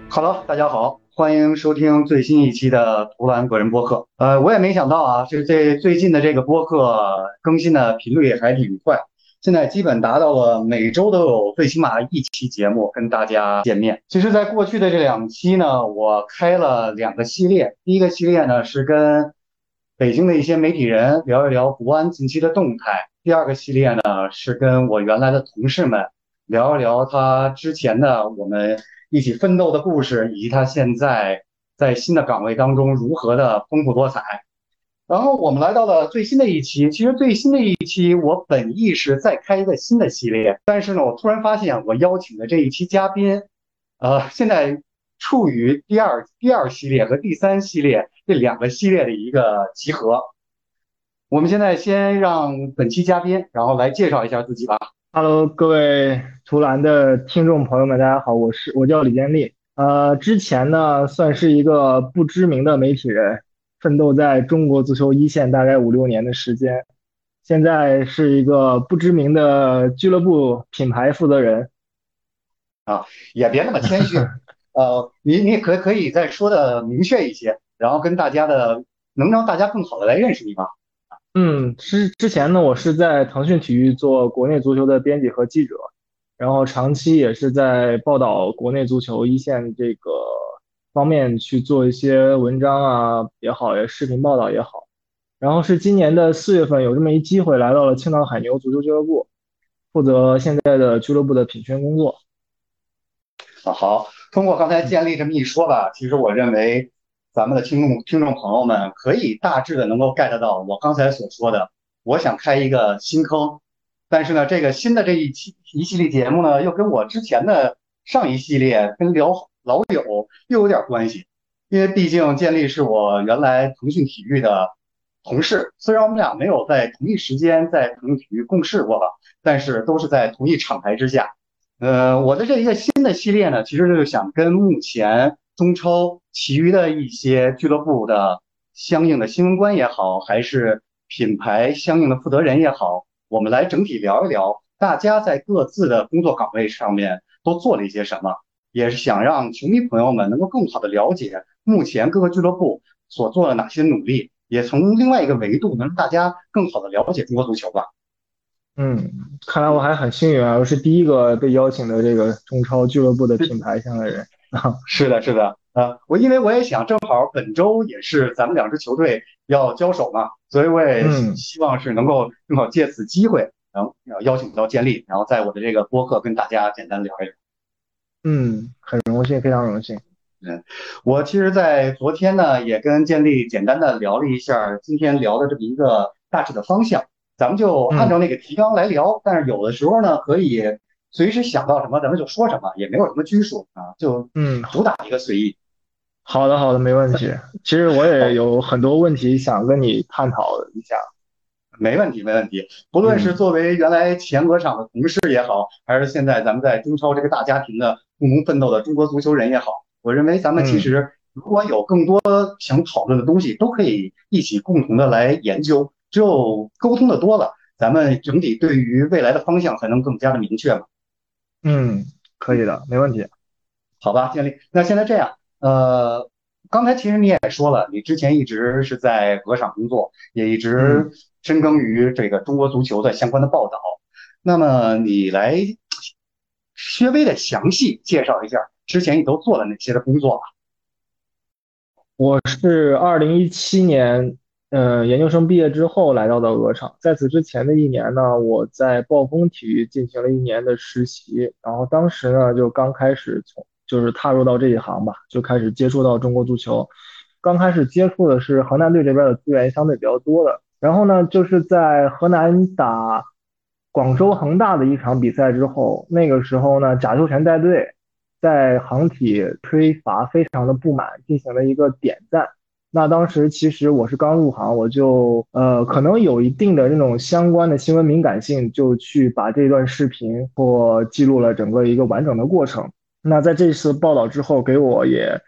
Hello，大家好，欢迎收听最新一期的图兰个人播客。我也没想到啊，这最近的这个播客更新的频率还挺快，现在基本达到了每周都有最起码一期节目跟大家见面。其实，在过去的这2期呢，我开了2个系列，第一个系列呢是跟北京的一些媒体人聊一聊国安近期的动态，第二个系列呢是跟我原来的同事们聊一聊他之前的我们一起奋斗的故事，以及他现在在新的岗位当中如何的丰富多彩。然后我们来到了最新的一期，其实最新的一期我本意是再开一个新的系列，但是呢，我突然发现我邀请的这一期嘉宾，现在处于第二系列和第三系列这2个系列的一个集合。我们现在先让本期嘉宾，然后来介绍一下自己吧。 Hello，各位图兰的听众朋友们，大家好，我叫李建立。之前呢算是一个不知名的媒体人，奋斗在中国足球一线大概5、6年的时间，现在是一个不知名的俱乐部品牌负责人。 啊，也别那么谦虚，你可以再说的明确一些，然后跟大家的能让大家更好的来认识你吗？ 之前呢，我是在腾讯体育做国内足球的编辑和记者，然后长期也是在报道国内足球一线这个方面去做一些文章啊也好，也视频报道也好。然后是今年的4月份有这么一机会来到了青岛海牛足球俱乐部，负责现在的俱乐部的品宣工作。 啊，好，通过刚才建立这么一说吧，其实我认为咱们的听众朋友们可以大致的能够 get 到我刚才所说的，我想开一个新坑，但是呢，这个新的这一系列节目呢，又跟我之前的上一系列跟聊老友又有点关系，因为毕竟建立是我原来腾讯体育的同事，虽然我们俩没有在同一时间在腾讯体育共事过吧，但是都是在同一厂牌之下。我的这一个新的系列呢，其实就是想跟目前中超其余的一些俱乐部的相应的新闻官也好，还是品牌相应的负责人也好，我们来整体聊一聊，大家在各自的工作岗位上面都做了一些什么，也是想让球迷朋友们能够更好的了解目前各个俱乐部所做的哪些努力，也从另外一个维度能让大家更好的了解中国足球吧。 嗯，看来我还很幸运啊，我是第一个被邀请的这个中超俱乐部的品牌上的人。 是的，是的，因为我也想，正好本周也是咱们2支球队要交手嘛，所以我也希嗯希望是能够正好借此机会，然后邀请到建立，然后在我的这个播客跟大家简单聊一聊。 嗯，很荣幸，非常荣幸。 嗯，我其实，在昨天呢，也跟建立简单的聊了一下今天聊的这么一个大致的方向，咱们就按嗯照那个提纲来聊，但是有的时候呢，可以随时想到什么咱们就说什么，也没有什么拘束啊，就嗯， 主打一个随意。 好的好的，没问题。其实我也有很多问题想跟你探讨一下。 没问题，没问题。不论是嗯作为原来前鹅厂的同事也好，还是现在咱们在中超这个大家庭的共同奋斗的中国足球人也好，我认为咱们其嗯实如果有更多想讨论的东西，都可以一起共同的来研究。只有沟通的多了，咱们整体对于未来的方向才能更加的明确嘛。 嗯，可以的，没问题。 好吧，建立。那现在这样，刚才其实你也说了，你之前一直是在鹅厂工作，也一直嗯。 深耕于这个中国足球的相关的报道。那么你来稍微的详细介绍一下之前你都做了哪些的工作吧？ 我是2017年，研究生毕业之后来到的鹅厂。在此之前的一年呢，我在暴风体育进行了1年的实习，然后当时呢就刚开始就是踏入到这一行吧，就开始接触到中国足球。刚开始接触的是河南队这边的资源相对比较多的，然后呢就是在河南打广州恒大的一场比赛之后，那个时候呢贾秀全带队。在航体吹罚非常的不满，进行了一个点赞。那当时其实我是刚入行，我就可能有一定的这种相关的新闻敏感性，就去把这段视频或记录了整个一个完整的过程。那在这次报道之后，给我也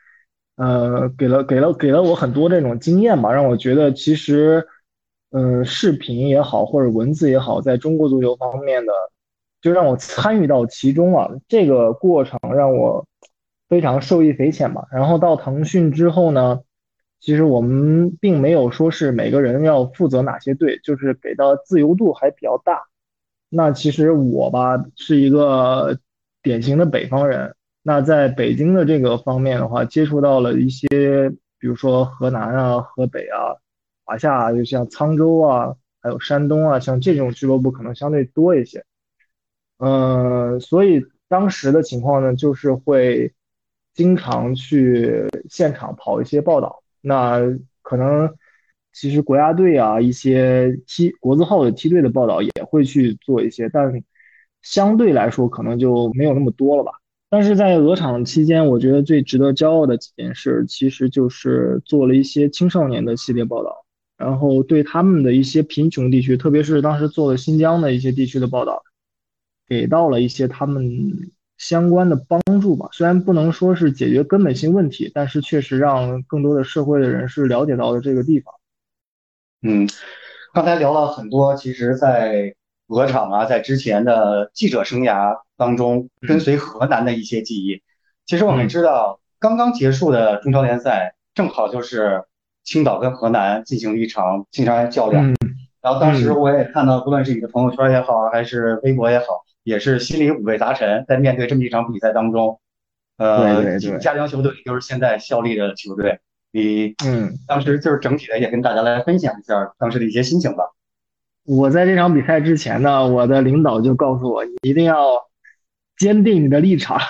给了我很多这种经验吧，让我觉得其实视频也好或者文字也好，在中国足球方面的就让我参与到其中了。这个过程让我非常受益匪浅吧。然后到腾讯之后呢，其实我们并没有说是每个人要负责哪些队，就是给到自由度还比较大。那其实我吧是一个典型的北方人，那在北京的这个方面的话，接触到了一些，比如说河南啊、河北啊、华夏啊，就像沧州啊，还有山东啊，像这种俱乐部可能相对多一些。所以当时的情况呢，就是会经常去现场跑一些报道。那可能其实国家队啊，一些国字号的梯队的报道也会去做一些，但相对来说可能就没有那么多了吧。但是在鹅厂期间，我觉得最值得骄傲的几件事，其实就是做了一些青少年的系列报道，然后对他们的一些贫穷地区，特别是当时做了新疆的一些地区的报道。给到了一些他们相关的帮助吧。虽然不能说是解决根本性问题，但是确实让更多的社会的人士了解到了这个地方。 嗯，刚才聊了很多，其实，在鹅厂啊，在之前的记者生涯当中，跟嗯随河南的一些记忆。其实我们嗯知道，刚刚结束的中超联赛，正好就是青岛跟河南进行了一场经常较量。 嗯然后当时嗯， 我也看到，不论是你的朋友圈也好，还是微博也好，也是心里五味杂陈，在面对这么一场比赛当中， 对对对， 进家乡球队就是现在效力的球队，你嗯， 当时就是整体的也跟大家来分享一下当时的一些心情吧。 我在这场比赛之前呢，我的领导就告诉我，你一定要坚定你的立场。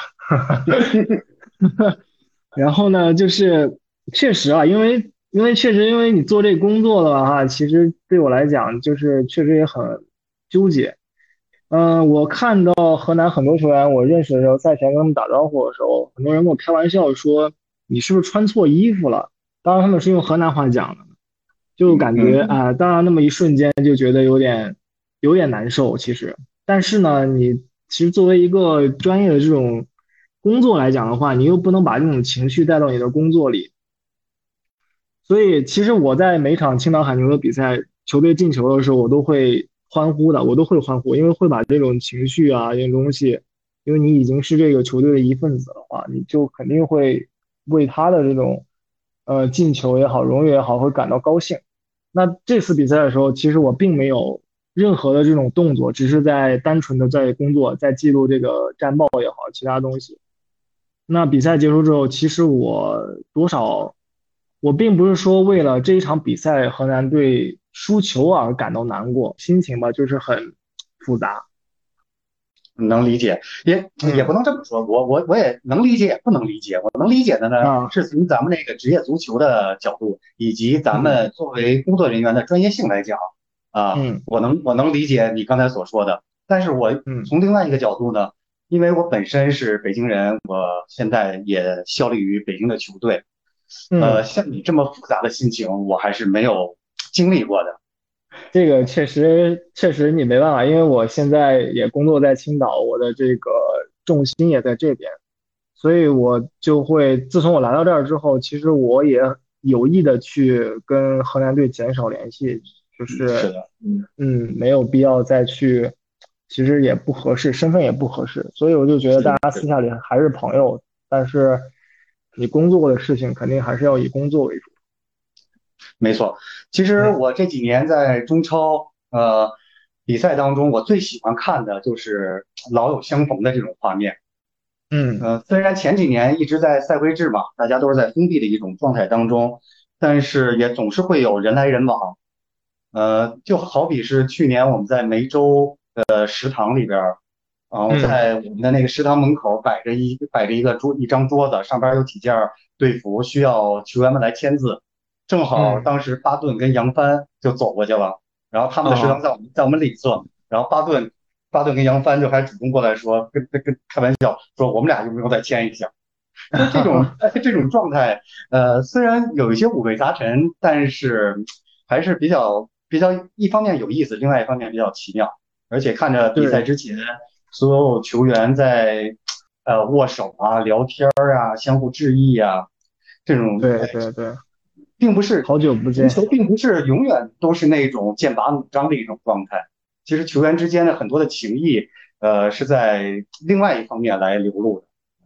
然后呢，就是确实啊，因为确实因为你做这个工作的话，其实对我来讲就是确实也很纠结。我看到河南很多球员，我认识的时候，赛前跟他们打招呼的时候，很多人跟我开玩笑说你是不是穿错衣服了？当然他们是用河南话讲的，就感觉嗯啊、当然那么一瞬间就觉得有点难受，其实。但是呢，你其实作为一个专业的这种工作来讲的话，你又不能把这种情绪带到你的工作里，所以其实我在每场青岛海牛的比赛，球队进球的时候，我都会欢呼的，我都会欢呼，因为会把这种情绪啊，这种东西，因为你已经是这个球队的一份子的话，你就肯定会为他的这种进球也好，荣誉也好，会感到高兴。那这次比赛的时候，其实我并没有任何的这种动作，只是在单纯的在工作，在记录这个战报也好，其他东西。那比赛结束之后，其实我并不是说为了这一场比赛河南队输球而感到难过，心情吧就是很复杂。 能理解，也不嗯能这么说，我也能理解，也不能理解。我能理解的呢， 啊是从咱们那个职业足球的角度，以及咱嗯们作为工作人员的专业性来讲， 嗯我能理解你刚才所说的。但是我嗯从另外一个角度呢，因为我本身是北京人，我现在也效力于北京的球队， 嗯， 像你这么复杂的心情，我还是没有经历过的。 这个确实你没办法，因为我现在也工作在青岛，我的这个重心也在这边。所以我就会，自从我来到这儿之后，其实我也有意的去跟河南队减少联系，就嗯，是是， 的， 没有必要再去，其实也不合适，身份也不合适，所以我就觉得是的， 大家是的。 私下里还是朋友，但是你工作的事情肯定还是要以工作为主。 没错，其实嗯我这几年在中超比赛当中，我最喜欢看的就是老友相逢的这种画面。 嗯虽然前几年一直在赛会制嘛，大家都是在封闭的一种状态当中，但是也总是会有人来人往。就好比是去年我们在梅州的食堂里边儿，然后嗯在我们的那个食堂门口摆着一张桌子，上边有几件队服，需要球员们来签字。正好嗯当时巴顿跟杨帆就走过去了，然后他们的食堂啊在我们里侧，然后巴顿跟杨帆就还主动过来说，跟开玩笑说我们俩用不用再签一下？就是这种状态，虽然有一些五味杂陈，但是还是比较一方面有意思，另外一方面比较奇妙。而且看着比赛对之前，所有球员在握手啊、聊天儿啊、相互致意啊，这种对对对， 并不是好久不见。 足球，并不是永远都是那种剑拔弩张的一种状态。其实球员之间的很多的情谊，是在另外一方面来流露的。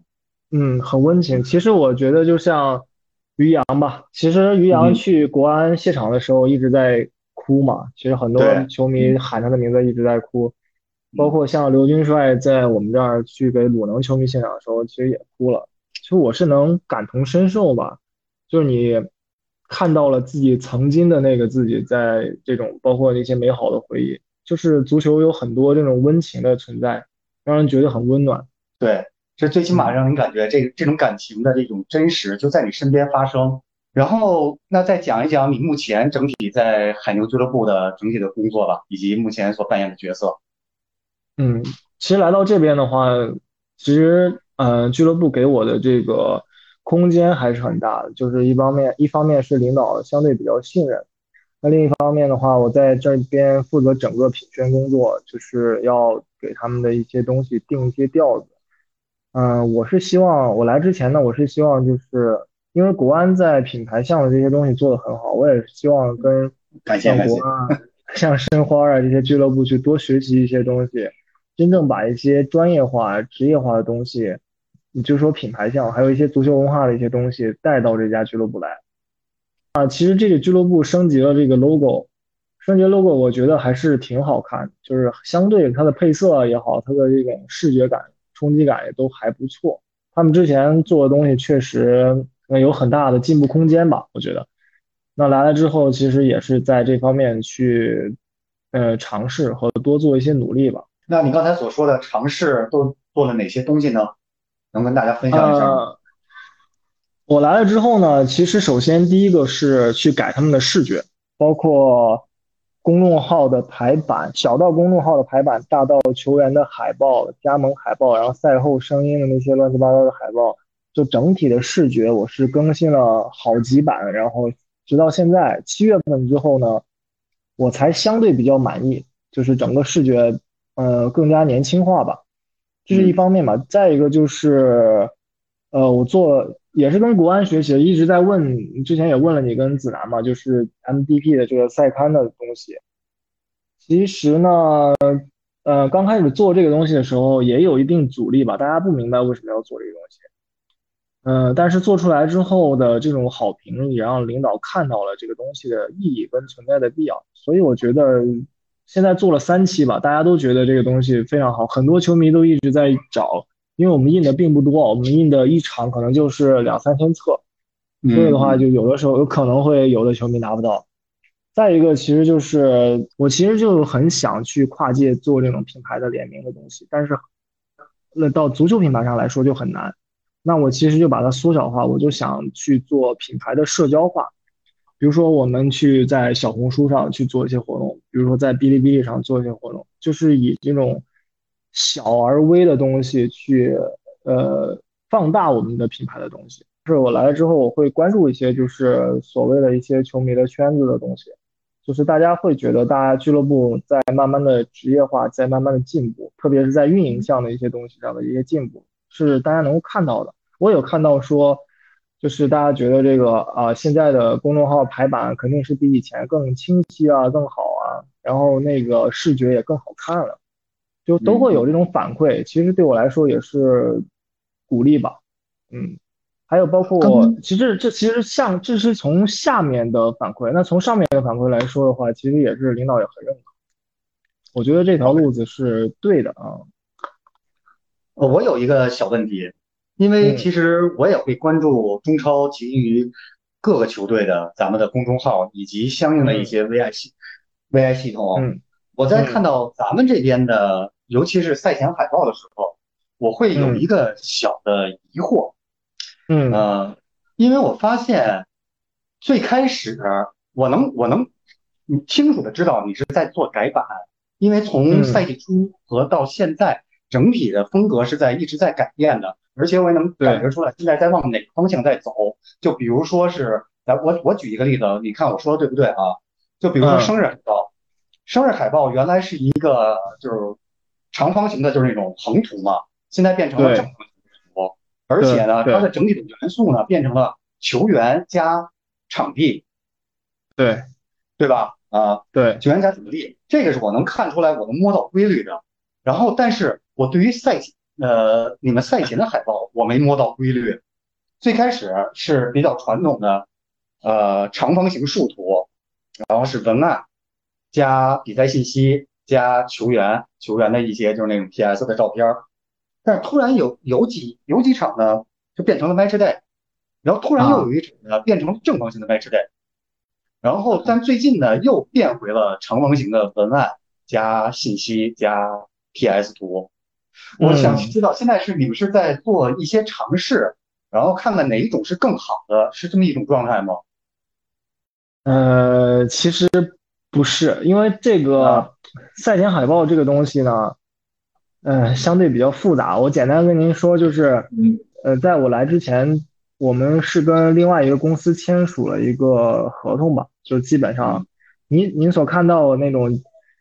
很温情。其实我觉得就像于洋吧，其实于洋嗯， 去国安谢场的时候一直在哭嘛，其实很多对， 球迷喊他的名字一直在哭，包嗯， 括像刘军帅在我们这儿去给鲁能球迷现场的时候，其实也哭了。其实我是能感同身受吧，就是你看到了自己曾经的那个自己，在这种包括那些美好的回忆，就是足球有很多这种温情的存在，让人觉得很温暖。 对，这最起码嗯。 让人感觉这种感情的这种真实就在你身边发生。然后，那再讲一讲你目前整体在海牛俱乐部的整体的工作吧，以及目前所扮演的角色。 其实来到这边的话，其实俱乐部给我的这个空间还是很大的，就是一方面是领导相对比较信任，那另一方面的话，我在这边负责整个品宣工作，就是要给他们的一些东西定一些调子。我是希望我来之前呢，我是希望就是因为国安在品牌项的这些东西做得很好，我也是希望跟感谢感谢。 像国安啊、像申花啊这些俱乐部去多学习一些东西，真正把一些专业化、职业化的东西，你就说品牌项，还有一些足球文化的一些东西带到这家俱乐部来。其实这个俱乐部升级了这个 logo，升级 logo 我觉得还是挺好看的，就是相对它的配色也好，它的这种视觉感、冲击感也都还不错。他们之前做的东西确实有很大的进步空间吧，我觉得。那来了之后，其实也是在这方面去尝试和多做一些努力吧。 那你刚才所说的尝试都做了哪些东西呢？能跟大家分享一下吗？ 呃，我来了之后呢，其实首先第一个是去改他们的视觉，包括公众号的排版，小到公众号的排版，大到球员的海报、加盟海报，然后赛后声音的那些乱七八糟的海报，就整体的视觉我是更新了好几版，然后直到现在7月份之后呢，我才相对比较满意，就是整个视觉更加年轻化吧。这是一嗯， 方面嘛。再一个就是，我做也是跟国安学习的，一直在问，之前也问了你跟子楠嘛，就是 MDP 的这个赛刊的东西。其实呢，刚开始做这个东西的时候也有一定阻力吧，大家不明白为什么要做这个东西。但是做出来之后的这种好评，也让领导看到了这个东西的意义跟存在的必要。所以我觉得现在做了3期吧，大家都觉得这个东西非常好，很多球迷都一直在找，因为我们印的并不多，我们印的一场可能就是2、3千册，所以的话就嗯嗯， 有的时候有可能会有的球迷拿不到。再一个，其实就是我其实就很想去跨界做这种品牌的联名的东西，但是那到足球品牌上来说就很难。那我其实就把它缩小化，我就想去做品牌的社交化。比如说，我们去在小红书上去做一些活动，比如说在哔哩哔哩上做一些活动，就是以这种小而微的东西去放大我们的品牌的东西。是我来了之后，我会关注一些就是所谓的一些球迷的圈子的东西，就是大家会觉得大家俱乐部在慢慢的职业化，在慢慢的进步，特别是在运营项的一些东西上的一些进步，是大家能够看到的。我有看到说，就是大家觉得这个现在的公众号排版肯定是比以前更清晰啊，更好啊，然后那个视觉也更好看了，就都嗯嗯。 会有这种反馈。其实对我来说也是鼓励吧，嗯。还有包括， 跟其实这是从下面的反馈，那从上面的反馈来说的话，其实也是领导也很认可，我觉得这条 OK， 路子是对的啊。 我有一个小问题，因为嗯其实我也会关注中超其余各个球队的咱们的公众号以及相应的一嗯些 VI 系统。 嗯我在看嗯到咱们这边的，尤其是赛前海报的时候，我会有一嗯个小的疑惑。 嗯呃，因为我发现最开始我能清楚的知道你是在做改版，因为从赛嗯， 季初和到现在，整体的风格是一直在改变的，而且我也能感对， 觉出来现在在往哪个方向在走。就比如说是，我举一个例子，你看我说的对不对啊？就比如说嗯生日海报，生日海报原来是一个就是长方形的，就是那种横图嘛，现在变成了正对方形的图。而且呢，它的对对整体的元素呢变成了球员加场地， 对对吧？ 对， 球员加场地，这个是我能看出来，我能摸到规律的。然后，但是我对于赛季你们赛前的海报我没摸到规律，最开始是比较传统的，长方形竖图，然后是文案加比赛信息加球员的一些就是那种 PS 的照片儿，但是突然有几场呢就变成了 Match Day，然后突然又啊。 有一场呢变成了正方形的 Match Day，然后但最近呢又变回了长方形的文案加信息加 PS 图。我想嗯。 知道现在是你们是在做一些尝试，然后看看哪一种是更好的，是这么一种状态吗？ 其实不是，因为这啊， 个赛前海报这个东西呢，相对比较复杂。我简单跟您说，就是， 嗯在我来之前，我们是跟另外一个公司签署了一个合同吧，就基本上， 嗯您所看到的那种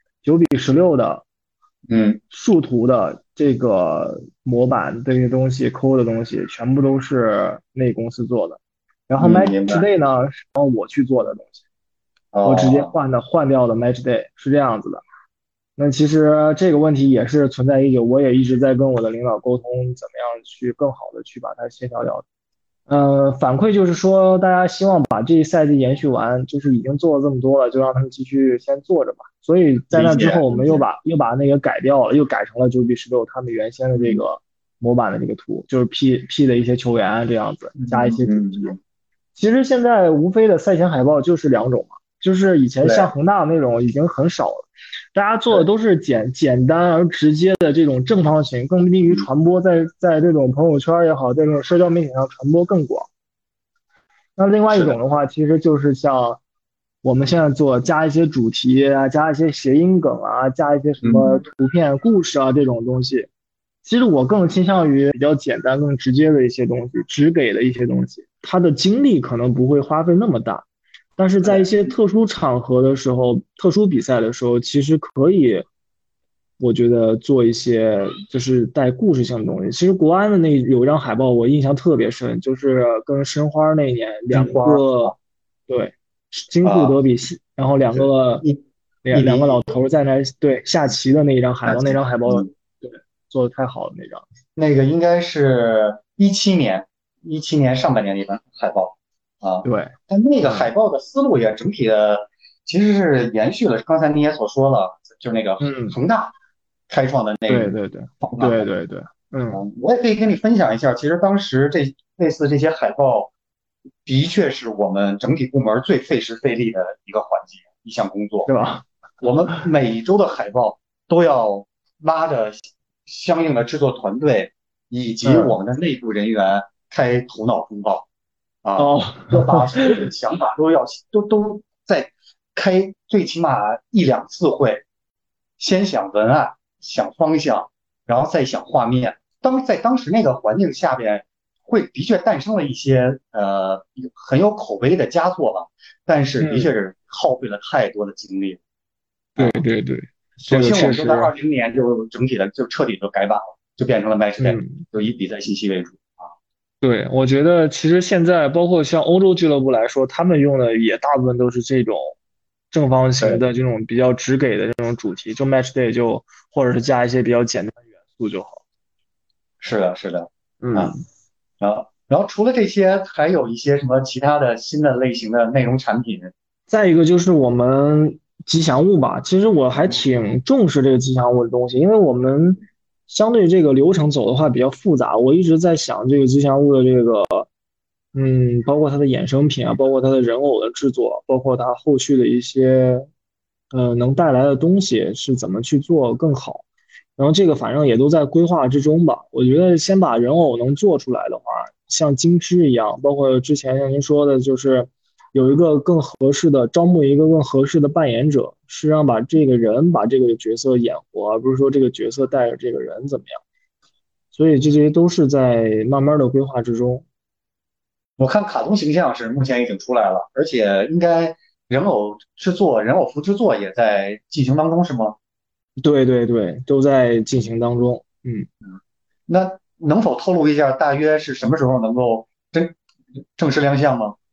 9:16的嗯竖图的这个模板这些东西抠的东西，全部都是那公司做的。然后嗯， Match 明白。 Day 呢，是帮我去做的东西。我直接哦， 换掉了 Match Day，是这样子的。那其实这个问题也是存在已久，我也一直在跟我的领导沟通，怎么样去更好的去把它协调掉。反馈就是说，大家希望把这一赛季延续完，就是已经做了这么多了，就让他们继续先做着吧。所以在理那之后，我解理解。 们又把那个改掉了，又改成了9:16他们原先的这嗯个模板的这个图，就是 P 的一些球员这样子，加一嗯些主题。 嗯， 其实现在无非的赛前海报就是两种嘛，就是以前像对恒大那种已经很少了，大家做的对， 都是简单而直接的这种正方形，更利于嗯传播在这种朋友圈也好，在这种社交媒体上传播更广。那另外一是的， 种的话，其实就是像我们现在做加一些主题啊，加一些谐音梗啊，加一些什么嗯图片故事啊这种东西。其实我更倾向于比较简单、更直接的一些东西，只给的一些东西，它的精力可能不会花费那么大，但是在一对， 些特殊场合的时候、特殊比赛的时候，其实可以，我觉得做一些就是带故事性的东西。其实国安的那有一张海报我印象特别深，就是跟申花那年两金花儿个，对，京沪啊， 德比，然后两是个一一两个老比一头在那对下棋的那一张海报，那下棋， 张海报嗯， 对做的太好了那张。 那个应该是17年上半年的一本海报啊， 对。 但那个海嗯。 报的思路也整体的其实是延续了刚才你也所说了，就是那个嗯。 恒大开创的那种对对对方法论。 对对对。嗯。 我也可以跟你分享一下，其实当时类似这些海报，的确是我们整体部门最费时费力的一个环节，一项工作。 是吧？ 我们每一周的海报都要拉着相应的制作团队以及我嗯。 们的内部人员开头脑风暴啊， 哦。 要把所有的想法都在开最起码一两次会，先想文案，想方向，然后再想画面。在当时那个环境下边，会的确诞生了一些很有口碑的佳作吧，但是的确嗯。 是耗费了太多的精力对啊。 对对，这个索性我们就在确实。 20年就整体的就彻底就改版了，就变成了 match day， 嗯。 就以比赛信息为主啊。 对，我觉得其实现在包括像欧洲俱乐部来说，他们用的也大部分都是这种正方形对， 的这种比较直给的这种主题，就 match day 就或者是加一些比较简单的元素就好。 是的，是的啊。 嗯。 然后除了这些，还有一些什么其他的新的类型的内容产品？ 再一个就是我们吉祥物吧，其实我还挺重视这个吉祥物的东西，因为我们相对这个流程走的话比较复杂，我一直在想这个吉祥物的这个，包括它的衍生品啊，包括它的人偶的制作，包括它后续的一些，能带来的东西是怎么去做更好。然后这个反正也都在规划之中吧。我觉得先把人偶能做出来的话，像金枝一样，包括之前像您说的，就是有一个更合适的招募一个更合适的扮演者，是让把这个人把这个角色演活，而不是说这个角色带着这个人怎么样。所以这些都是在慢慢的规划之中。 我看卡通形象是目前已经出来了，而且应该人偶服制作也在进行当中，是吗？ 对对对，都在进行当中。嗯。 那能否透露一下大约是什么时候能够正式亮相吗？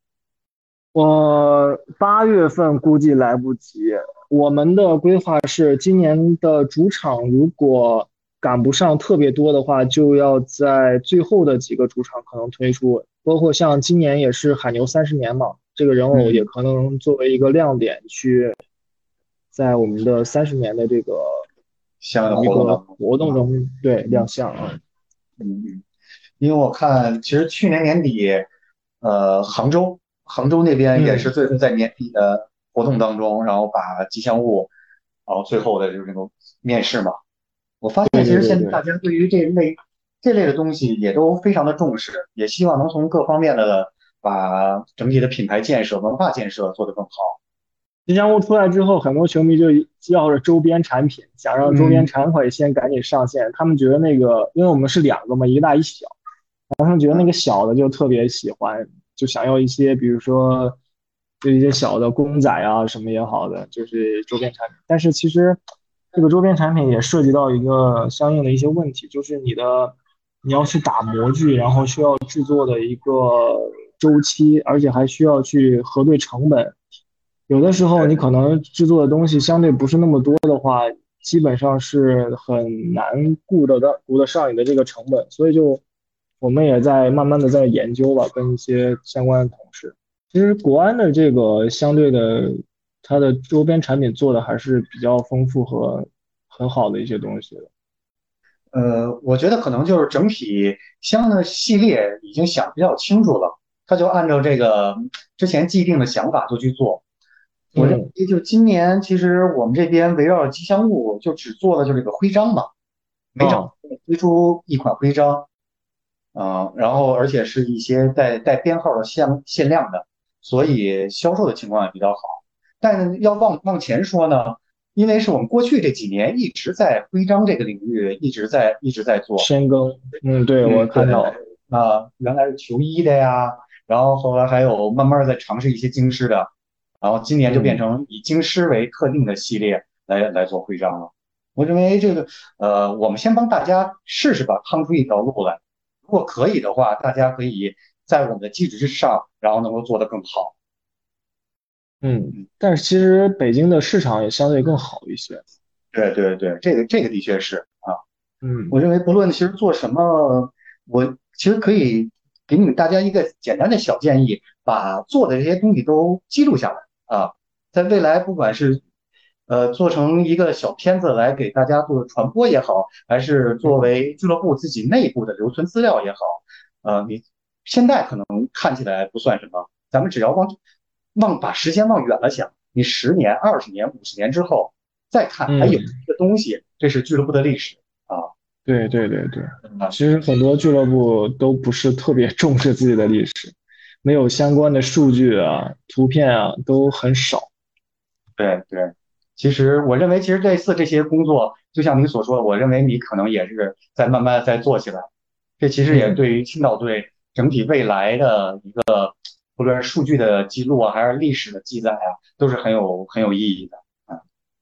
我8月份估计来不及。我们的规划是今年的主场如果赶不上特别多的话，就要在最后的几个主场可能推出，包括像今年也是海牛30年嘛，这个人偶也嗯， 可能作为一个亮点去在我们的30年的这个相应的一个活动当中。 活动中对亮嗯相啊。 嗯，因为我看其实去年年底，杭州那边也是嗯， 最后在年底的活动当中，然后把吉祥物，然后最后的就是那种面试嘛。我发现对其实现在大对对对。 家对于这类的东西也都非常的重视，也希望能从各方面的把整体的品牌建设、文化建设做得更好。 吉祥物出来之后，很多球迷就要着周边产品，想让周边嗯产品先赶紧上线。他们觉得那个，因为我们是两个嘛，一个大一小，然后他们觉得那嗯， 个小的就特别喜欢，就想要一些，比如说就一些小的公仔啊什么也好的，就是周边产品。但是其实这个周边产品也涉及到一个相应的一些问题，就是你要去打模具，然后需要制作的一个周期，而且还需要去核对成本。有的时候你可能制作的东西相对不是那么多的话，基本上是很难顾得上你的这个成本，所以就我们也在慢慢的在研究吧，跟一些相关的同事。其实国安的这个相对的，它的周边产品做的还是比较丰富和很好的一些东西的。 我觉得可能就是整体相应的系列已经想比较清楚了，他就按照这个之前既定的想法就去做。我认嗯， 为就今年其实我们这边围绕着吉祥物就只做的就是这个徽章嘛，每场啊， 推出一款徽章，然后而且是一些带编号的限量的，所以销售的情况也比较好。但要往前说呢，因为是我们过去这几年一直在徽章这个领域一直在做， 深耕，对，我嗯，对， 看到了。 原来是球衣的呀，然后后来还有慢慢在尝试一些京师的，然后今年就变嗯。 成以京师为特定的系列来做徽章了。我认为这个，我们先帮大家试试吧，趟出一条路来。如果可以的话，大家可以在我们的基础之上，然后能够做得更好。嗯， 但是其实北京的市场也相对更好一些。 对对对，这个的确是啊。我嗯认为不论其实做什么，我其实可以给你们大家一个简单的小建议，把做的这些东西都记录下来啊，在未来不管是做成一个小片子来给大家做传播也好，还是作嗯为俱乐部自己内部的留存资料也好，你现在可能看起来不算什么，咱们只要把时间往远了想，你10年、20年、50年之后再看，还有嗯， 一个东西，这是俱乐部的历史啊。 对对对对， 啊， 其实很多俱乐部都不是特别重视自己的历史，没有相关的数据啊、图片啊都很少。 对对，其实我认为，其实类似这些工作，就像你所说的，我认为你可能也是在慢慢地在做起来。这其实也嗯对于青岛队整体未来的一个，不论是数据的记录啊，还是历史的记载啊，都是很有意义的。啊，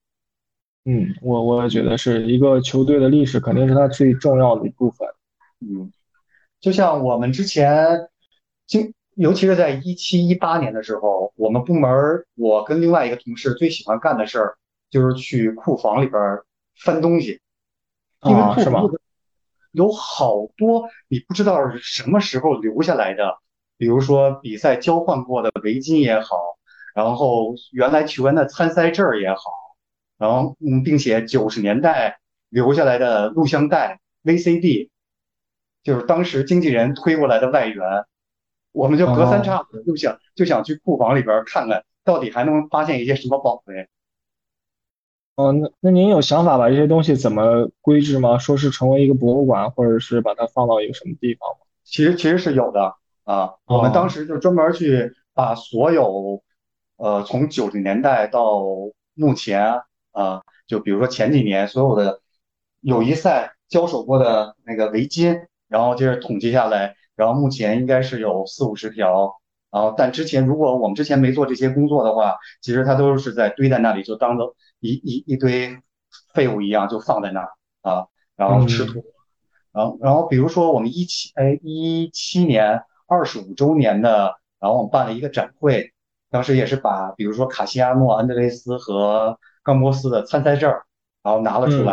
我也觉得是一个球队的历史肯定是它最重要的一部分。 嗯。就像我们之前尤其是在17、18年的时候，我们部门儿我跟另外一个同事最喜欢干的事儿就是去库房里边儿翻东西，因为啊，是吗？ 库房里边有好多你不知道是什么时候留下来的，比如说比赛交换过的围巾也好，然后原来球员的参赛证儿也好，然后并且90年代留下来的录像带、VCD。就是当时经纪人推过来的外援，我们就隔三哦差五的就想去库房里边看看，到底还能发现一些什么宝贝。 哦，那您有想法把这些东西怎么规制吗？说是成为一个博物馆，或者是把它放到一个什么地方吗？ 其实是有的啊，我们当哦， 时就专门去把所有从90年代到目前就比如说前几年所有的友谊赛交手过的那个围巾，然后接着统计下来，然后目前应该是有40、50条。然后，但如果我们之前没做这些工作的话，其实它都是在堆在那里，就当做一堆废物一样，就放在那儿啊，然后吃嗯土。然后比如说我们17年25周年的，然后我们办了一个展会，当时也是把比如说卡西亚诺、安德雷斯和冈波斯的参赛证儿，然后拿了出嗯来，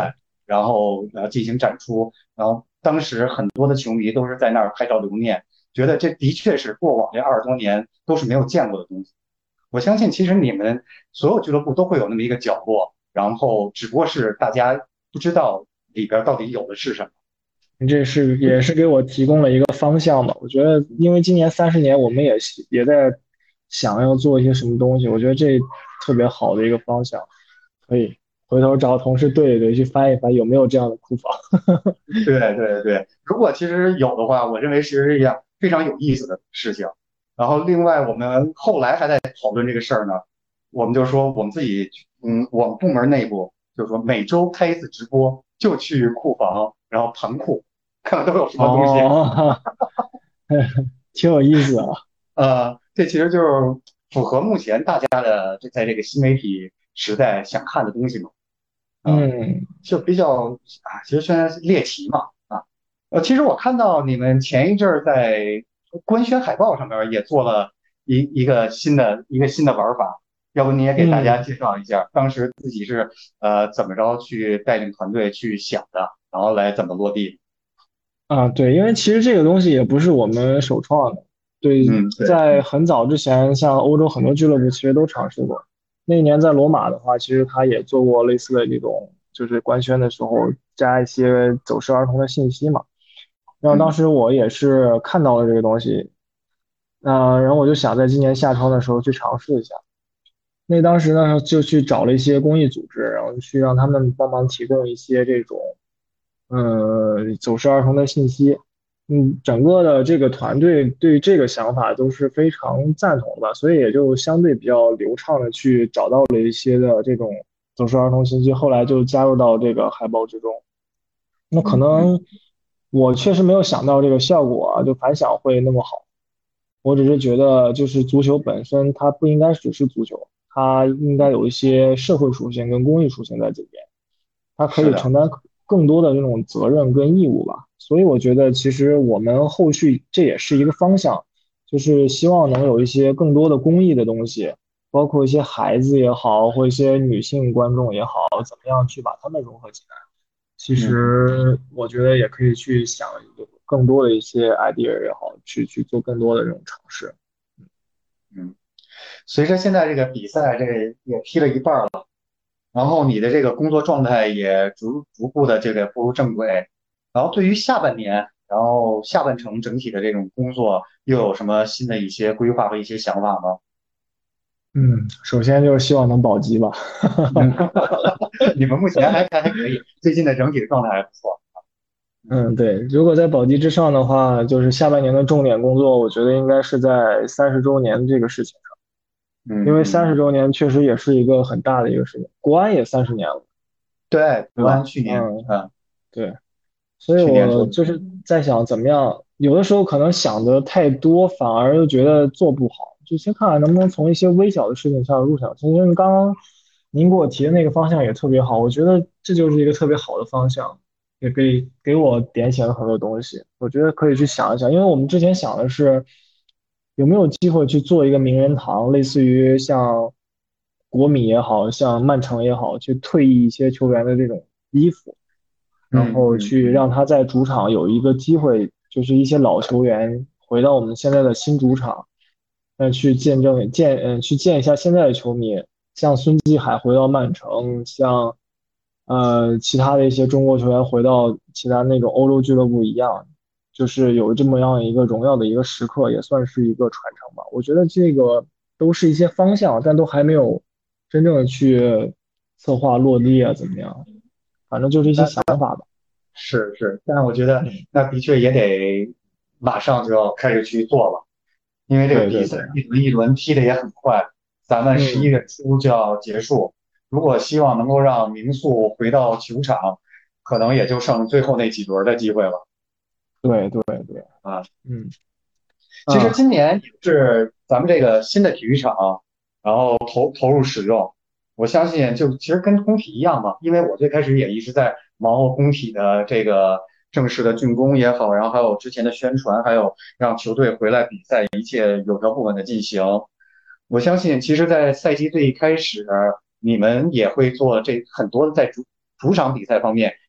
然后进行展出，然后当时很多的球迷都是在那儿拍照留念，觉得这的确是过往这20多年都是没有见过的东西。我相信其实你们所有俱乐部都会有那么一个角落，然后只不过是大家不知道里边到底有的是什么。 这是也是给我提供了一个方向吧。我觉得，因为今年30年，我们也在想要做一些什么东西，我觉得这特别好的一个方向，可以回头找同事对一对，去翻一翻有没有这样的库房。 对对对，如果其实有的话，我认为其实是一样非常有意思的事情。然后另外我们后来还在讨论这个事儿呢，我们就说我们自己，我们部门内部就是说每周开一次直播，就去库房，然后盘库，看看都有什么东西。 哦，挺有意思啊。 这其实就是符合目前大家的在这个新媒体时代想看的东西嘛。啊， 嗯就比较其实虽然是猎奇嘛，其实我看到你们前一阵儿在官宣海报上面也做了一个新的玩法，要不你也给大家嗯。 介绍一下，当时自己是怎么着去带领团队去想的，然后来怎么落地？ 对，因为其实这个东西也不是我们首创的，对， 嗯，对， 在很早之前，像欧洲很多俱乐部其实都尝试过。那一年在罗马的话，其实他也做过类似的这种，就是官宣的时候加一些走失儿童的信息嘛。然后当嗯时我也是看到了这个东西，然后我就想在今年夏窗的时候去尝试一下。那当时呢，就去找了一些公益组织，然后去让他们帮忙提供一些这种，走失儿童的信息。整个的这个团队对于这个想法都是非常赞同的，所以也就相对比较流畅的去找到了一些的这种走失儿童信息，后来就加入到这个海报之中。那可嗯嗯能我确实没有想到这个效果啊，就反响会那么好。我只是觉得，就是足球本身，它不应该只是足球，它应该有一些社会属性跟公益属性在这边，它可是的， 以承担更多的这种责任跟义务吧。所以我觉得，其实我们后续这也是一个方向，就是希望能有一些更多的公益的东西，包括一些孩子也好，或一些女性观众也好，怎么样去把他们融合进来。其嗯实我觉得也可以去想有更多的一些 idea 也好，去做更多的这种尝试。 嗯，随着现在这个比赛这个也踢了一半了。然后你的这个工作状态也逐步的这个步入正轨，然后对于下半年，然后下半程整体的这种工作又有什么新的一些规划和一些想法吗？ 首先就是希望能保级吧。 嗯，你们目前还可以，最近的整体的状态还不错。 嗯，对，如果在保级之上的话，就是下半年的重点工作，我觉得应该是在30周年这个事情上，因为三十嗯嗯， 周年确实也是一个很大的一个事情，国安也30年了， 对，国安对吧？ 去年， 对，所以去年做的， 我就是在想怎么样，有的时候可能想的太多，反而又觉得做不好，就先看看能不能从一些微小的事情上入手。其实刚刚您给我提的那个方向也特别好，我觉得这就是一个特别好的方向，也给我点醒了很多东西。我觉得可以去想一想，因为我们之前想的是有没有机会去做一个名人堂，类似于像国米也好像曼城也好，去退役一些球员的这种衣服。然后去让他在主场有一个机会，就是一些老球员回到我们现在的新主场，去见证见去见一下现在的球迷，像孙继海回到曼城，像其他的一些中国球员回到其他那种欧洲俱乐部一样，就是有这么样一个荣耀的一个时刻，也算是一个传承吧。我觉得这个都是一些方向，但都还没有真正的去策划落地啊，怎么样？反正就是一些想法吧。 是是，但是我觉得嗯， 那的确也得马上就要开始去做了。因为这个比赛对对对， 一轮一轮踢的也很快，咱们嗯， 11月初就要结束。如果希望能够让民宿回到球场，可能也就剩最后那几轮的机会了对对对， 啊。 嗯其实啊， 今年也是咱们这个新的体育场，然后投入使用，我相信就其实跟工体一样嘛，因为我最开始也一直在忙活工体的这个正式的竣工也好，然后还有之前的宣传，还有让球队回来比赛，一切有条不紊的进行。我相信，其实，在赛季最一开始，你们也会做这很多的在主场比赛方面，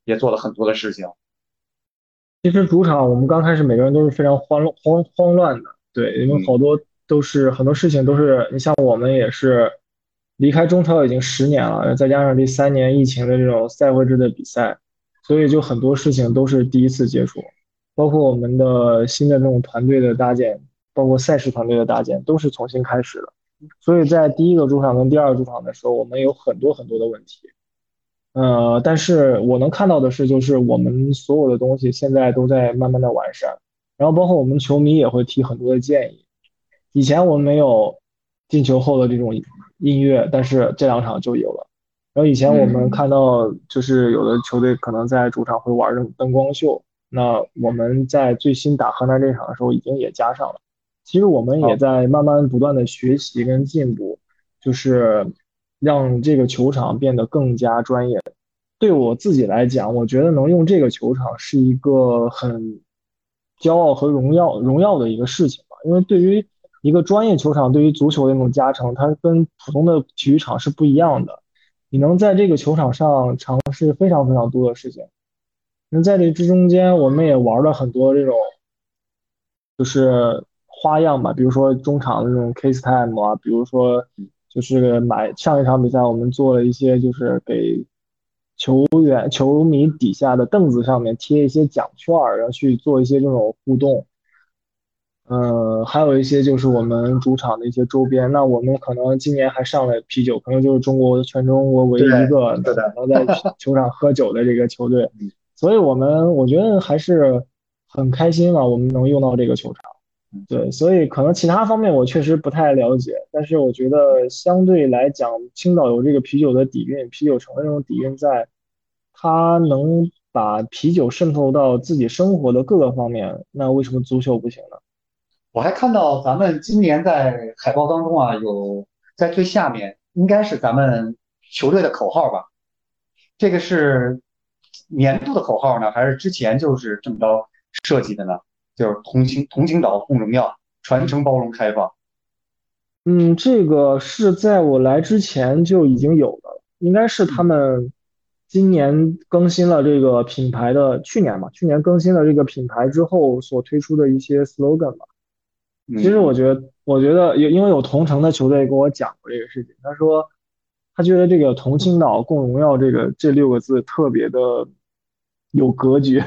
也做了很多的事情。 其实主场我们刚开始每个人都是非常慌乱的，对，因为嗯， 很多事情都是，你像我们也是离开中超已经10年了，再加上第3年疫情的这种赛会制的比赛，所以就很多事情都是第一次接触，包括我们的新的这种团队的搭建，包括赛事团队的搭建，都是重新开始的。所以在第一个主场跟第二个主场的时候，我们有很多的问题。但是我能看到的是，就是我们所有的东西现在都在慢慢的完善，然后包括我们球迷也会提很多的建议。以前我们没有进球后的这种音乐，但是这2场就有了。然后以前我们嗯， 看到就是有的球队可能在主场会玩这种灯光秀，那我们在最新打河南这场的时候已经也加上了。其实我们也好， 在慢慢不断的学习跟进步，就是让这个球场变得更加专业。对我自己来讲，我觉得能用这个球场是一个很骄傲和荣耀的一个事情吧。因为对于一个专业球场，对于足球的那种加成，它跟普通的体育场是不一样的。你能在这个球场上尝试非常非常多的事情。那在这之中间，我们也玩了很多这种就是花样吧，比如说中场的这种 case time 啊，比如说就是上一场比赛我们做了一些就是给球迷底下的凳子上面贴一些奖券儿，然后去做一些这种互动。还有一些就是我们主场的一些周边。那我们可能今年还上了啤酒，可能就是全中国唯对， 一一个是的， 能在球场喝酒的这个球队。 嗯所以我觉得还是很开心嘛，我们能用到这个球场。 嗯， 对，所以可能其他方面我确实不太了解，但是我觉得相对来讲，青岛有这个啤酒的底蕴，啤酒城的这种底蕴在，它能把啤酒渗透到自己生活的各个方面，那为什么足球不行呢？ 我还看到咱们今年在海报当中啊，有在最下面应该是咱们球队的口号吧？这个是年度的口号呢，还是之前就是这么着设计的呢？就是同青岛共荣耀，传承包容开放。 嗯，这个是在我来之前就已经有的了，应该是他嗯们今年更新了这个品牌的，去年吧，去年更新了这个品牌之后所推出的一些 slogan 吧。其实嗯， 我觉得因为有同城的球队跟我讲过这个事情，他说他觉得这个同青岛共荣耀这6个字特别的有格局。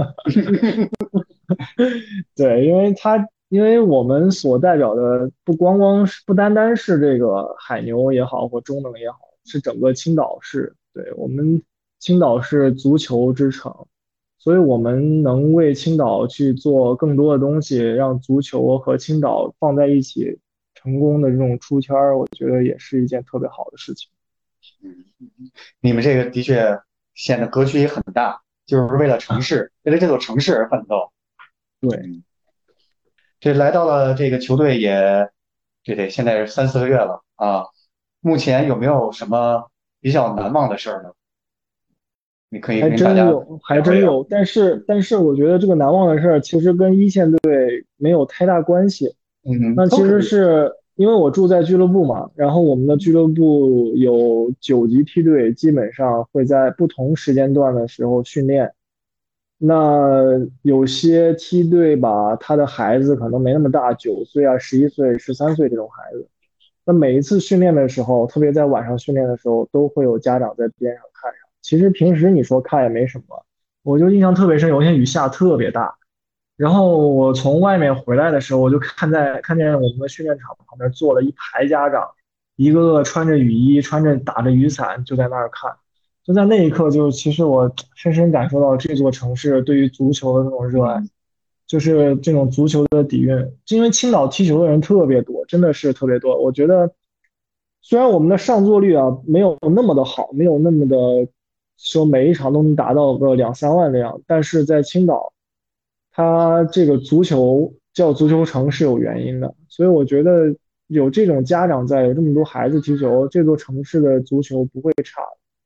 对，因为我们所代表的不单单是这个海牛也好或中能也好，是整个青岛市。对，我们青岛是足球之城，所以我们能为青岛去做更多的东西，让足球和青岛放在一起成功的这种出圈儿，我觉得也是一件特别好的事情。 你们这个的确显得格局也很大，就是为了城市，为了这座城市而奋斗。 对。 嗯，这来到了这个球队也，这得现在是3、4个月了啊。目前有没有什么比较难忘的事儿呢？你可以还跟大家真有，还聊一聊。 真有，但是我觉得这个难忘的事儿其实跟一线队没有太大关系。 嗯， 那其实都可以。 是因为我住在俱乐部嘛，然后我们的俱乐部有9级梯队，基本上会在不同时间段的时候训练。那有些梯队吧，他的孩子可能没那么大，9岁啊、11岁、13岁这种孩子。那每一次训练的时候，特别在晚上训练的时候，都会有家长在边上看上。其实平时你说看也没什么，我就印象特别深，有一天雨下特别大，然后我从外面回来的时候，我就看见我们的训练场旁边坐了一排家长，一个个穿着雨衣，打着雨伞，就在那儿看。就在那一刻，就其实我深深感受到这座城市对于足球的那种热爱， 嗯就是这种足球的底蕴。因为青岛踢球的人特别多，真的是特别多。我觉得，虽然我们的上座率啊没有那么的好，没有那么的说每一场都能达到个2、3万这样，但是在青岛，它这个足球叫足球城是有原因的。所以我觉得有这种家长在，有这么多孩子踢球，这座城市的足球不会差。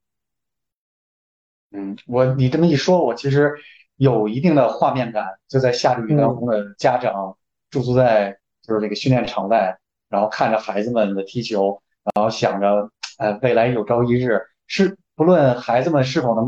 嗯，你这么一说，我其实有一定的画面感，就在下着雨当嗯。 中的家长驻足在就是这个训练场外，然后看着孩子们的踢球，然后想着，未来有朝一日不论孩子们是否能够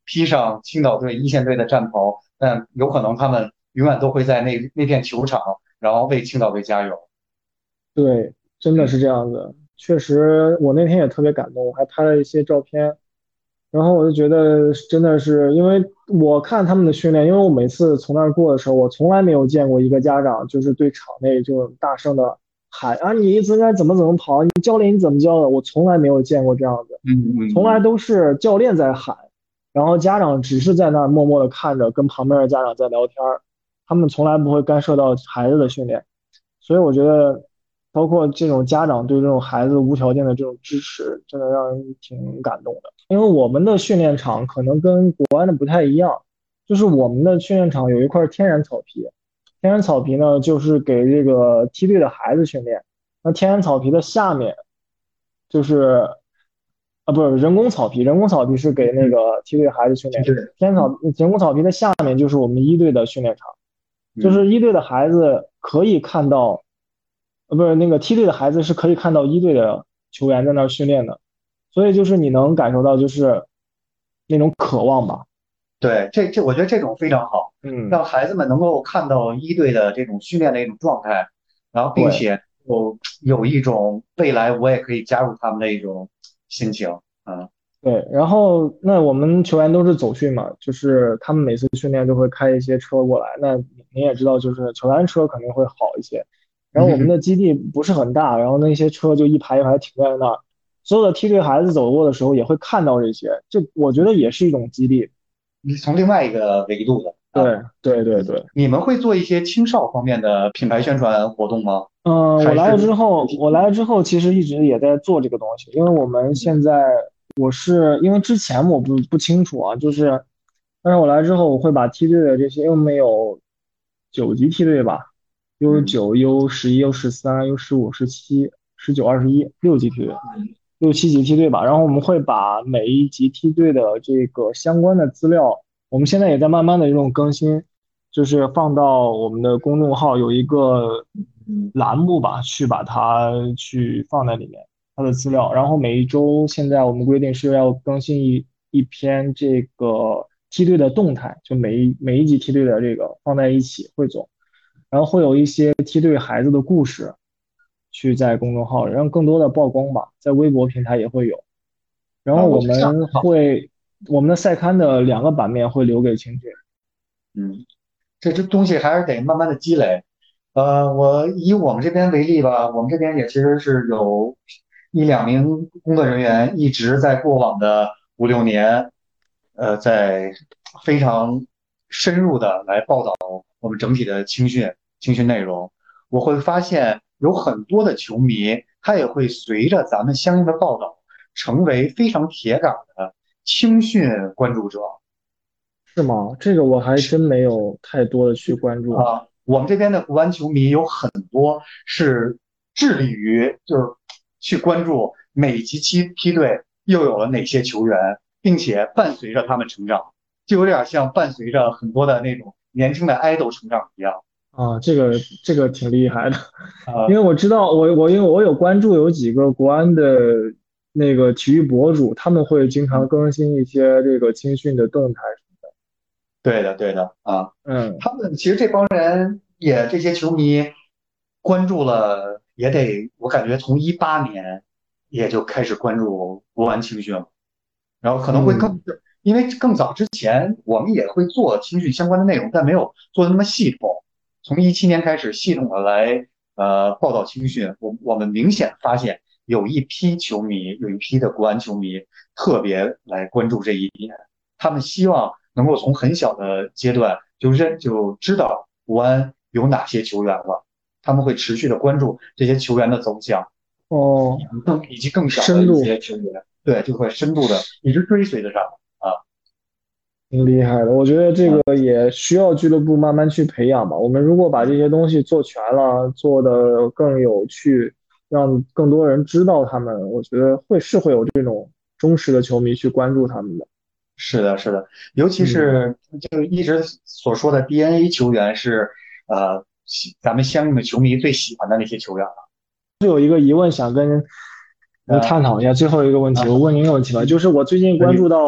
披上青岛队一线队的战袍，但有可能他们永远都会在那片球场，然后为青岛队加油。 对，真的嗯是这样子。确实，我那天也特别感动，我还拍了一些照片。然后我就觉得真的是，因为我看他们的训练，因为我每次从那儿过的时候，我从来没有见过一个家长就是对场内就大声的喊啊，你应该怎么怎么跑，你教练你怎么教的，我从来没有见过这样子， 嗯嗯从来都是教练在喊，然后家长只是在那儿默默的看着，跟旁边的家长在聊天儿，他们从来不会干涉到孩子的训练。所以我觉得，包括这种家长对这种孩子无条件的这种支持，真的让人挺感动的。因为我们的训练场可能跟国安的不太一样，就是我们的训练场有一块天然草皮，天然草皮呢就是给这个梯队的孩子训练，那天然草皮的下面就是不是人工草皮，人工草皮是给那嗯， 个梯队孩子训练， 是， 人工草皮的下面就是我们一队的训练场。就嗯， 是一队的孩子可以看到，不是那个梯队的孩子是可以看到一队的球员在那儿训练的，所以就是你能感受到就是那种渴望吧。 对，我觉得这种非常好， 嗯， 让孩子们能够看到一队的这种训练的一种状态，然后并对且有一种未来我也可以加入他们的一种心情。嗯对。然后那我们球员都是走训嘛，就是他们每次训练都会开一些车过来，那你也知道，就是球员车肯定会好一些。然后我们嗯， 的基地不是很大，然后那些车就一排一排停在那儿，所有的梯队孩子走过的时候也会看到这些，这我觉得也是一种激励。 你从另外一个维度的啊。 对对对对。 你们会做一些青少方面的品牌宣传活动吗？ 我还是来了之后，其实一直也在做这个东西，因为我们现在我是因为之前我不清楚啊，就是，但是我来之后，我会把梯队的这些，因为我们有9级梯队吧嗯 ，U9、U11、U13、U15、17、19、216级梯队， 嗯 6、7级梯队吧。然后我们会把每一级梯队的这个相关的资料，我们现在也在慢慢的这种更新，就是放到我们的公众号有一个嗯， 栏目吧，去把它去放在里面，它的资料。然后每一周现在我们规定是要更新一篇这个梯队的动态，就每一级梯队的这个放在一起汇总，然后会有一些梯队孩子的故事，去在公众号让更多的曝光吧，在微博平台也会有。然后我觉得这样很好。 我们的赛刊的2个版面会留给青训。 嗯，这东西还是得慢慢的积累。我以我们这边为例吧，我们这边也其实是有一两名工作人员一直在过往的5、6年，在非常深入的来报道我们整体的青训内容。我会发现有很多的球迷，他也会随着咱们相应的报道，成为非常铁杆的青训关注者。 是吗？这个我还真没有太多的去关注。 我们这边的国安球迷有很多是致力于就是去关注每级梯队又有了哪些球员，并且伴随着他们成长，就有点像伴随着很多的那种年轻的爱豆成长一样。 啊，这个挺厉害的，因呃， 为我知道因为我有关注有几个国安的那个体育博主，他们会经常更新一些这个青训的动态。 对的，对的啊， 嗯他们其实这帮人也这些球迷关注了，也得我感觉从18年也就开始关注国安青训了。然后可能会更， 嗯因为更早之前我们也会做青训相关的内容，但没有做的那么系统。从17年开始，系统的来报道青训，我们明显发现有一批球迷，有一批的国安球迷特别来关注这一点，他们希望能够从很小的阶段就知道国安有哪些球员了，他们会持续的关注这些球员的走向， 哦， 以及更小的一深度些球员。对，就会深度的一直追随着上啊。 挺厉害的，我觉得这个也需要俱乐部慢慢去培养吧。我们如果把这些东西做全了，做得更有趣，让更多人知道他们，我觉得会有这种忠实的球迷去关注他们的。 是的，是的，尤其嗯。 是就一直所说的 DNA 球员是咱们相应的球迷最喜欢的那些球员了。 是有一个疑问想跟您呃探讨一下，最后一个问题，我问您一个问题吧，就是我最近可以，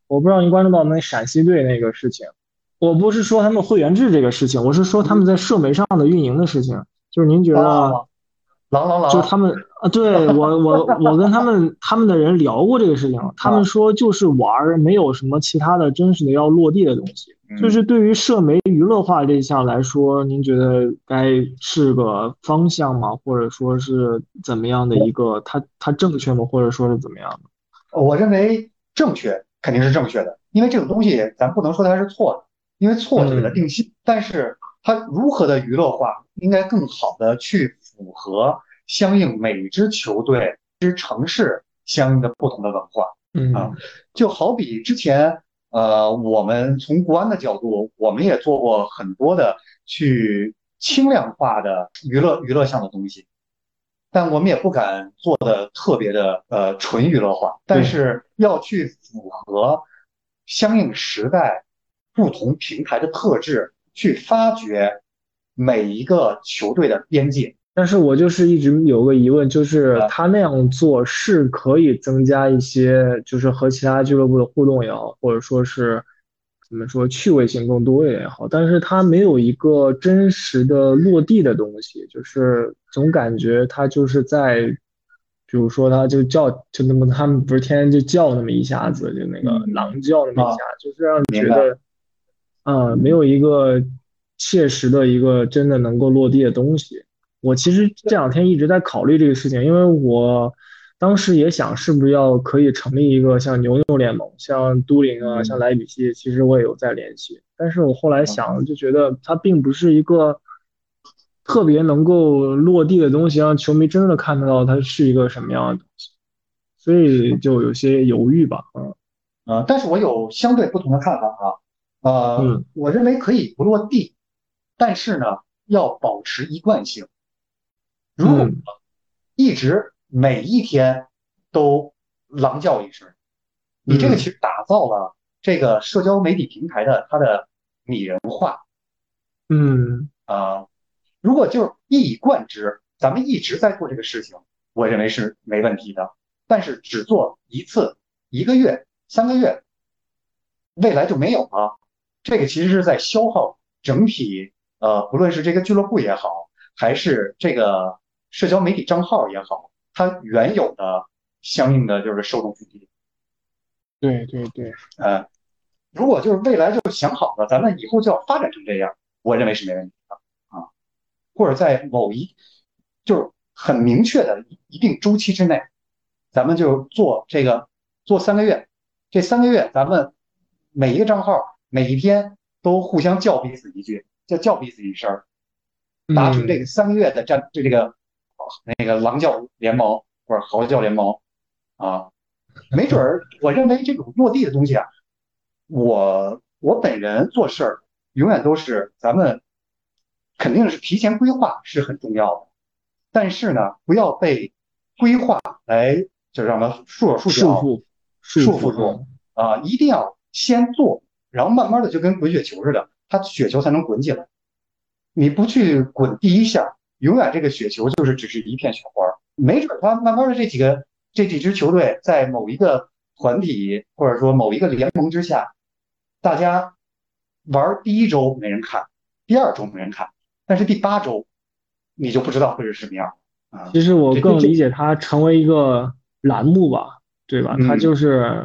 我不知道您关注到那陕西队那个事情。我不是说他们会员制这个事情，我是说他们在社媒上的运营的事情。就是您觉得， 啊，狼狼狼， 就是他们对我跟他们的人聊过这个事情，他们啊， 说就是玩儿，没有什么其他的真实的要落地的东西。就是嗯。 对于社媒娱乐化这一项来说，您觉得该是个方向吗？或者说是怎么样的一个，它正确吗？或者说是怎么样的？ 我认为正确肯定是正确的，因为这种东西咱不能说它是错的，因为错就给它嗯定性。但是它如何的娱乐化，应该更好的去符合相应每支球队、支城市相应的不同的文化啊。 嗯就好比之前，我们从国安的角度，我们也做过很多的去轻量化的娱乐项的东西。但我们也不敢做的特别的纯娱乐化，但对。 是要去符合相应时代不同平台的特质，去发掘每一个球队的边界。 但是我就是一直有个疑问，就是呃， 他那样做是可以增加一些，就是和其他俱乐部的互动也好，或者说是怎么说趣味性更多一点也好，但是他没有一个真实的落地的东西，就是总感觉他就是在，比如说他就叫就那么他们不是天天就叫那么一下子，就那个嗯狼叫那么一啊， 下，就是让人明白。 觉得。没有一个切实的一个真的能够落地的东西。我其实这两天一直在考虑这个事情，因为我当时也想是不是要可以成立一个像牛牛联盟、像都灵啊、像嗯莱比锡，其实我也有在联系，但是我后来嗯想，就觉得它并不是一个特别能够落地的东西，让球迷真的看得到它是一个什么样的东西，所以就有些犹豫吧。 但是我有相对不同的看法啊。 嗯我认为可以不落地，但是呢，要保持一贯性。如果嗯一直每一天都狼叫一声，你这个其嗯实打造了这个社交媒体平台的它的拟人化嗯啊。如果就是一以贯之，咱们一直在做这个事情，我认为是没问题的。但是只做一次、一个月、3个月，未来就没有了。这个其实是在消耗整体，不论是这个俱乐部也好，还是这个社交媒体账号也好，它原有的相应的就是受众群体。 对对对。 呃，如果就是未来就想好了，咱们以后就要发展成这样，我认为是没问题的啊。或者在某一就是很明确的一定周期之内，咱们就做这个做三个月，这3个月咱们每一个账号每一天都互相叫彼此一句，叫彼此一声，达成这个嗯， 3个月的这个那个狼叫联盟或者嚎叫联盟啊，没准儿，我认为这种落地的东西啊，我本人做事儿永远都是咱们肯定是提前规划是很重要的，但是呢，不要被规划来就让它束手束脚、 束缚，束缚， 束缚住啊，一定要先做，然后慢慢的就跟滚雪球似的，它雪球才能滚起来。你不去滚第一下，永远这个雪球就是只是一片雪花。没准他慢慢的这几支球队在某一个团体或者说某一个联盟之下，大家玩第一周没人看，第二周没人看，但是第8周你就不知道会是什么样啊。 其实我这这这， 更理解它成为一个栏目吧，对吧？它嗯， 就是，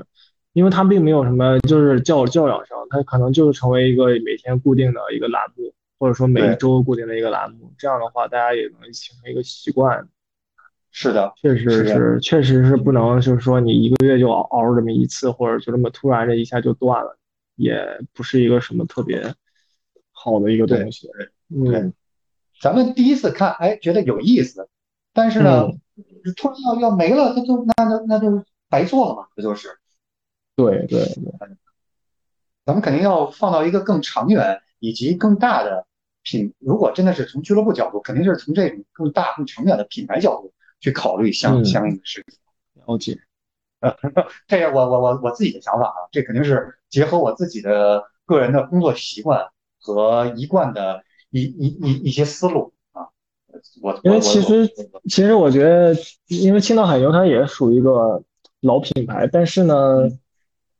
因为它并没有什么就是叫嚷声，它可能就是成为一个每天固定的一个栏目，或者说每一对， 周固定的一个栏目。这样的话，大家也能形成一个习惯。 是的， 确是这样， 实是，确实是不能就是说你一个月就熬这么一次，或者就这么突然这一下就断了，也不是一个什么特别好的一个东对西。 对对。 嗯咱们第一次看，哎，觉得有意思，但是呢， 嗯， 突然要没了，那就白做了嘛，这就是。 对对。 咱们肯定要放到一个更长远以及更大的如果真的是从俱乐部角度，肯定是从这种更大更长远的品牌角度去考虑相嗯， 应的事情。 了解。 这是我自己的想法啊，这肯定是结合我自己的个人的工作习惯和一贯的一些思路啊。我因我我我为其实我觉得，因为青岛海牛它也属于一个老品牌，但是呢， 嗯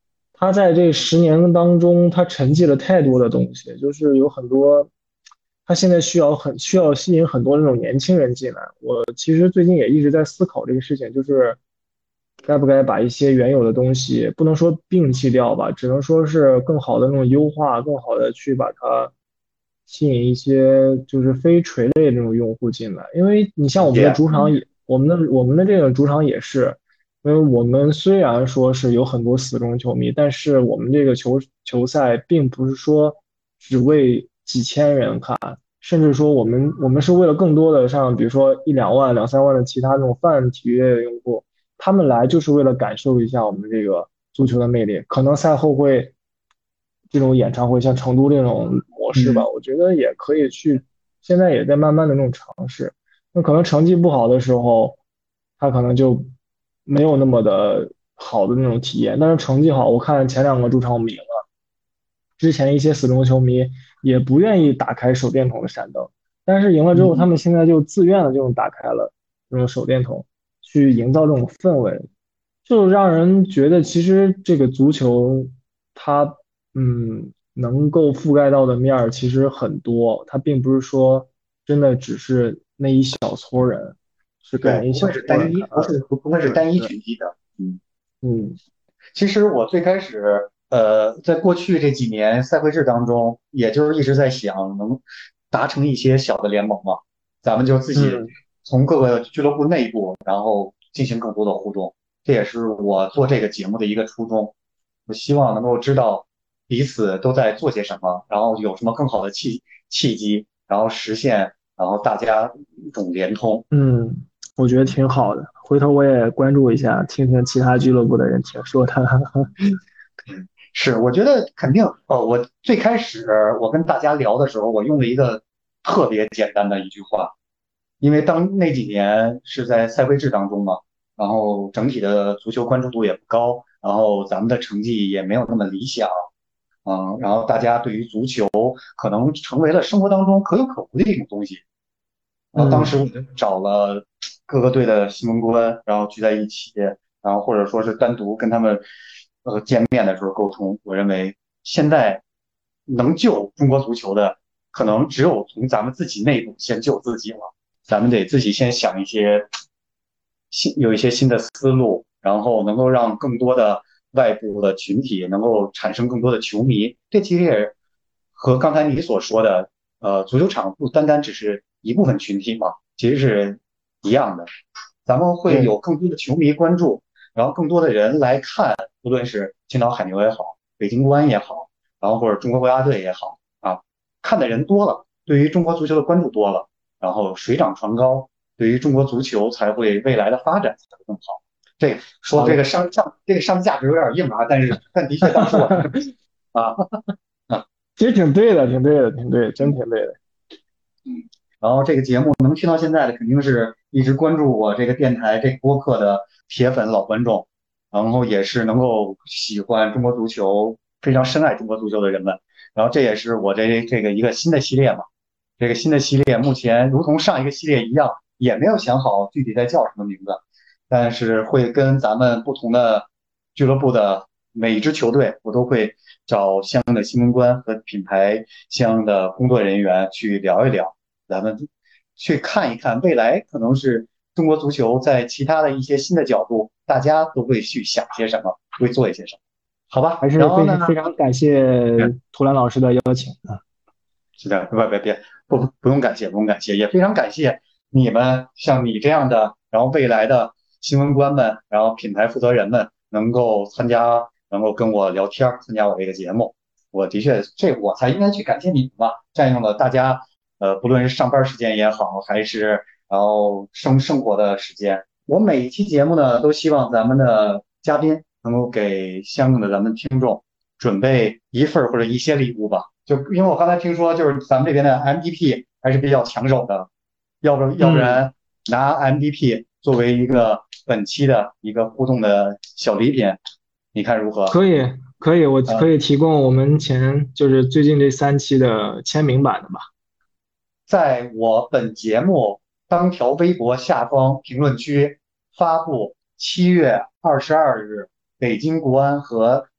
他在这10年当中，他沉寂了太多的东西，就是有很多，他现在需要吸引很多那种年轻人进来。我其实最近也一直在思考这个事情，就是该不该把一些原有的东西，不能说摒弃掉吧，只能说是更好的那种优化，更好的去把它吸引一些就是非垂类这种用户进来。因为你像我们的理解， 主场也，我们的这个主场也是。因为我们虽然说是有很多死忠球迷，但是我们这个球赛并不是说只为几千人看，甚至说我们是为了更多的像比如说一两万、两三万的其他那种泛体育类的用户，他们来就是为了感受一下我们这个足球的魅力。可能赛后会这种演唱会，像成都这种模式吧， 嗯我觉得也可以去，现在也在慢慢的那种尝试。那可能成绩不好的时候，他可能就没有那么的好的那种体验。但是成绩好，我看前两个主场我们赢了，之前一些死忠球迷也不愿意打开手电筒的闪灯，但是赢了之后，他嗯， 们现在就自愿的这种打开了这种手电筒，去营造这种氛围，就让人觉得其实这个足球它能够覆盖到的面儿其实很多，它并不是说真的只是那一小撮人，是给对， 那一不会小撮人是单一， 看的。 不会是对单一对， 群体的。嗯。 嗯其实我最开始，在过去这几年赛会制当中，也就是一直在想能达成一些小的联盟嘛，咱们就自己嗯从各个俱乐部内部，然后进行更多的互动，这也是我做这个节目的一个初衷。我希望能够知道彼此都在做些什么，然后有什么更好的契机，然后实现，然后大家一种联通。 嗯，我觉得挺好的，回头我也关注一下，听听其他俱乐部的人听说的。 是，我觉得肯定。我最开始我跟大家聊的时候，我用了一个特别简单的一句话，因为当那几年是在赛会制当中嘛，然后整体的足球关注度也不高，然后咱们的成绩也没有那么理想，然后大家对于足球可能成为了生活当中可有可无的一种东西。然后当时嗯。 我就找了各个队的新闻官，然后聚在一起，然后或者说是单独跟他们见面的时候沟通。我认为现在能救中国足球的，可能只有从咱们自己内部先救自己了。咱们得自己先想一些有一些新的思路，然后能够让更多的外部的群体能够产生更多的球迷。这其实也和刚才你所说的，足球场不单单只是一部分群体嘛，其实是一样的。咱们会对。 有更多的球迷关注，然后更多的人来看，无论是青岛海牛也好，北京国安也好，然后或者中国国家队也好啊，看的人多了，对于中国足球的关注多了，然后水涨船高，对于中国足球才会未来的发展才会更好。这说好嘞。 这个上价值有点硬啊，但的确当时我是这么啊。 其实挺对的，挺对的，挺对的，真挺对的。 嗯，然后这个节目能听到现在的，肯定是一直关注我这个电台、这个播客的铁粉老观众，然后也是能够喜欢中国足球、非常深爱中国足球的人们。然后这也是我这个一个新的系列嘛。这个新的系列目前如同上一个系列一样，也没有想好具体在叫什么名字，但是会跟咱们不同的俱乐部的每一支球队，我都会找相应的新闻官和品牌相应的工作人员去聊一聊，咱们去看一看未来可能是中国足球在其他的一些新的角度，大家都会去想些什么，会做一些什么，好吧？ 还是然后呢， 非常感谢图兰老师的邀请啊。 是的，不用感谢，不用感谢，也非常感谢你们像你这样的，然后未来的新闻官们，然后品牌负责人们能够参加，能够跟我聊天儿，参加我这个节目。我的确，这我才应该去感谢你们嘛，占用了大家不论是上班时间也好，还是然后生活的时间。我每一期节目呢，都希望咱们的嘉宾能够给相应的咱们听众准备一份儿或者一些礼物吧。就因为我刚才听说，就是咱们这边的 MVP 还是比较抢手的，要不嗯， 然拿 MVP 作为一个本期的一个互动的小礼品，你看如何？ 可以可以，我可呃， 以提供我们就是最近这3期的签名版的吧。 在我本节目当条微博下方评论区发布7月22日北京国安和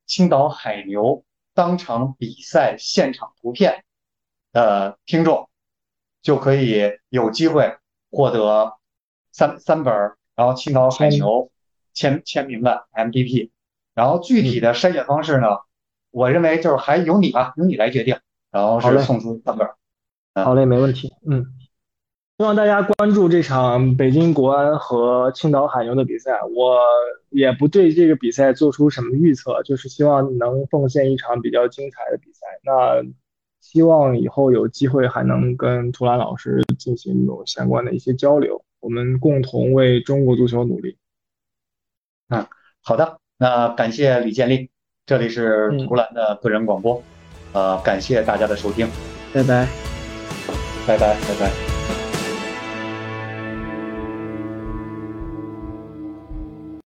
青岛海牛当场比赛现场图片的听众，就可以有机会获得三本，然后青岛海签， 牛签名的 MVP。然后具体嗯， 的筛选方式呢，我认为就是还由你吧，由你来决定。然后好嘞， 是送出三本。 好嘞，没问题，希望大家关注这场北京国安和青岛海牛的比赛。我也不对这个比赛做出什么预测，就是希望能奉献一场比较精彩的比赛。那希望以后有机会还能跟图兰老师进行有相关的一些交流，我们共同为中国足球努力。 嗯，好的，那感谢李建立，这里是图嗯， 兰的个人广播，感谢大家的收听， 拜拜。 拜拜，拜拜。